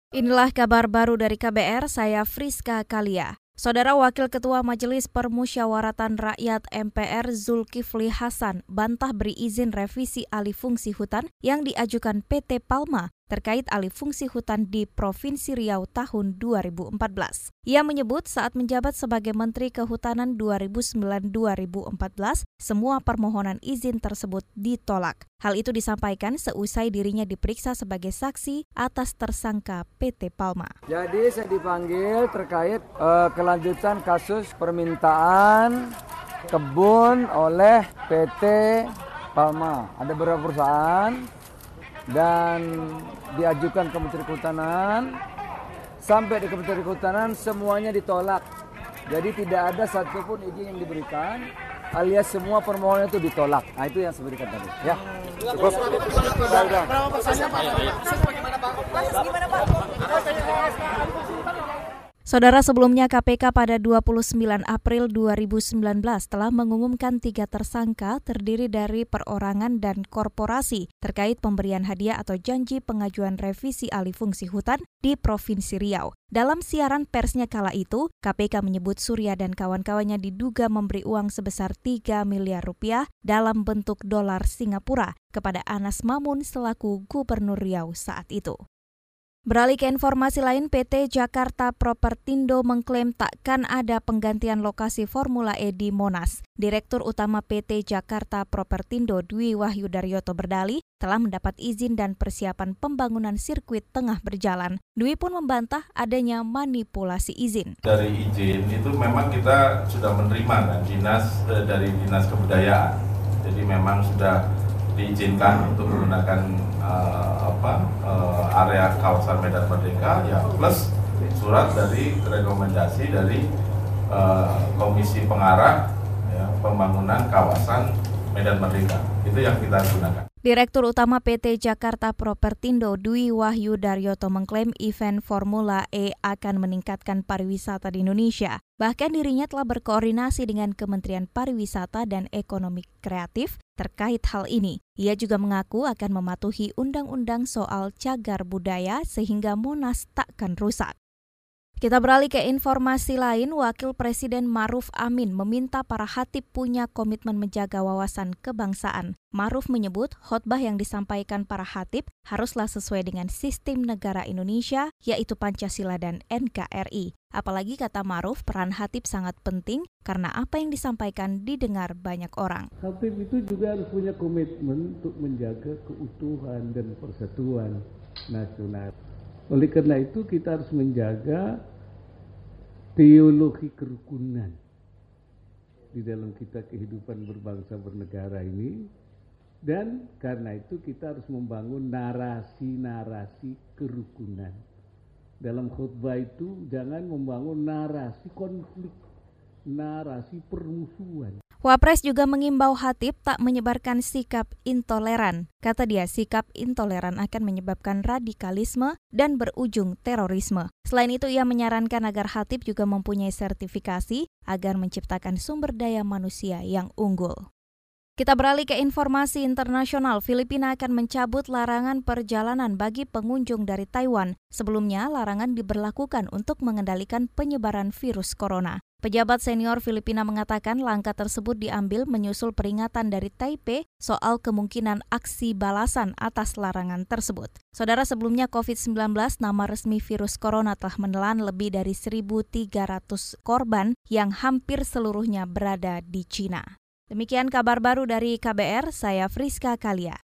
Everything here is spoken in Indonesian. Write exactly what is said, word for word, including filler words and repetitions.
Inilah kabar baru dari K B R, saya Friska Kalia. Saudara Wakil Ketua Majelis Permusyawaratan Rakyat M P R Zulkifli Hasan bantah beri izin revisi alih fungsi hutan yang diajukan P T Palma terkait alih fungsi hutan di Provinsi Riau tahun dua ribu empat belas. Ia menyebut saat menjabat sebagai Menteri Kehutanan dua ribu sembilan sampai dua ribu empat belas, semua permohonan izin tersebut ditolak. Hal itu disampaikan seusai dirinya diperiksa sebagai saksi atas tersangka P T Palma. Jadi saya dipanggil terkait uh, kelanjutan kasus permintaan kebun oleh P T Palma. Ada beberapa perusahaan dan diajukan ke Menteri Kehutanan, sampai di Kementerian Kehutanan semuanya ditolak. Jadi tidak ada satupun izin yang diberikan, alias semua permohonan itu ditolak. Nah itu yang saya berikan tadi. Ya. Cukup. Berapa persennya Pak? Bagaimana Pak? Gimana Pak? Saudara, sebelumnya K P K pada dua puluh sembilan April dua ribu sembilan belas telah mengumumkan tiga tersangka terdiri dari perorangan dan korporasi terkait pemberian hadiah atau janji pengajuan revisi alih fungsi hutan di Provinsi Riau. Dalam siaran persnya kala itu, K P K menyebut Surya dan kawan-kawannya diduga memberi uang sebesar tiga miliar rupiah dalam bentuk dolar Singapura kepada Anas Mamun selaku Gubernur Riau saat itu. Beralih ke informasi lain, P T Jakarta Propertindo mengklaim takkan ada penggantian lokasi Formula E di Monas. Direktur Utama P T Jakarta Propertindo Dwi Wahyu Daryoto berdalih telah mendapat izin dan persiapan pembangunan sirkuit tengah berjalan. Dwi pun membantah adanya manipulasi izin. Dari izin itu memang kita sudah menerima kan dinas eh, dari Dinas Kebudayaan. Jadi memang sudah diizinkan untuk menggunakan uh, apa uh, area kawasan Medan Merdeka ya, plus surat dari rekomendasi dari uh, Komisi Pengarah ya, Pembangunan Kawasan Medan Merdeka. Itu yang kita gunakan. Direktur Utama P T Jakarta Propertindo Dwi Wahyu Daryoto mengklaim event Formula E akan meningkatkan pariwisata di Indonesia. Bahkan dirinya telah berkoordinasi dengan Kementerian Pariwisata dan Ekonomi Kreatif terkait hal ini. Ia juga mengaku akan mematuhi undang-undang soal cagar budaya sehingga Monas takkan rusak. Kita beralih ke informasi lain, Wakil Presiden Ma'ruf Amin meminta para khatib punya komitmen menjaga wawasan kebangsaan. Ma'ruf menyebut khotbah yang disampaikan para khatib haruslah sesuai dengan sistem negara Indonesia, yaitu Pancasila dan N K R I. Apalagi kata Ma'ruf, peran khatib sangat penting karena apa yang disampaikan didengar banyak orang. Khatib itu juga harus punya komitmen untuk menjaga keutuhan dan persatuan nasional. Oleh karena itu kita harus menjaga teologi kerukunan di dalam kita kehidupan berbangsa bernegara ini, dan karena itu kita harus membangun narasi-narasi kerukunan. Dalam khutbah itu jangan membangun narasi konflik, narasi permusuhan. Wapres juga mengimbau khatib tak menyebarkan sikap intoleran. Kata dia, sikap intoleran akan menyebabkan radikalisme dan berujung terorisme. Selain itu, ia menyarankan agar khatib juga mempunyai sertifikasi agar menciptakan sumber daya manusia yang unggul. Kita beralih ke informasi internasional. Filipina akan mencabut larangan perjalanan bagi pengunjung dari Taiwan. Sebelumnya, larangan diberlakukan untuk mengendalikan penyebaran virus corona. Pejabat senior Filipina mengatakan langkah tersebut diambil menyusul peringatan dari Taipei soal kemungkinan aksi balasan atas larangan tersebut. Saudara, sebelumnya covid sembilan belas, nama resmi virus corona telah menelan lebih dari seribu tiga ratus korban yang hampir seluruhnya berada di Cina. Demikian kabar baru dari K B R, saya Friska Kalia.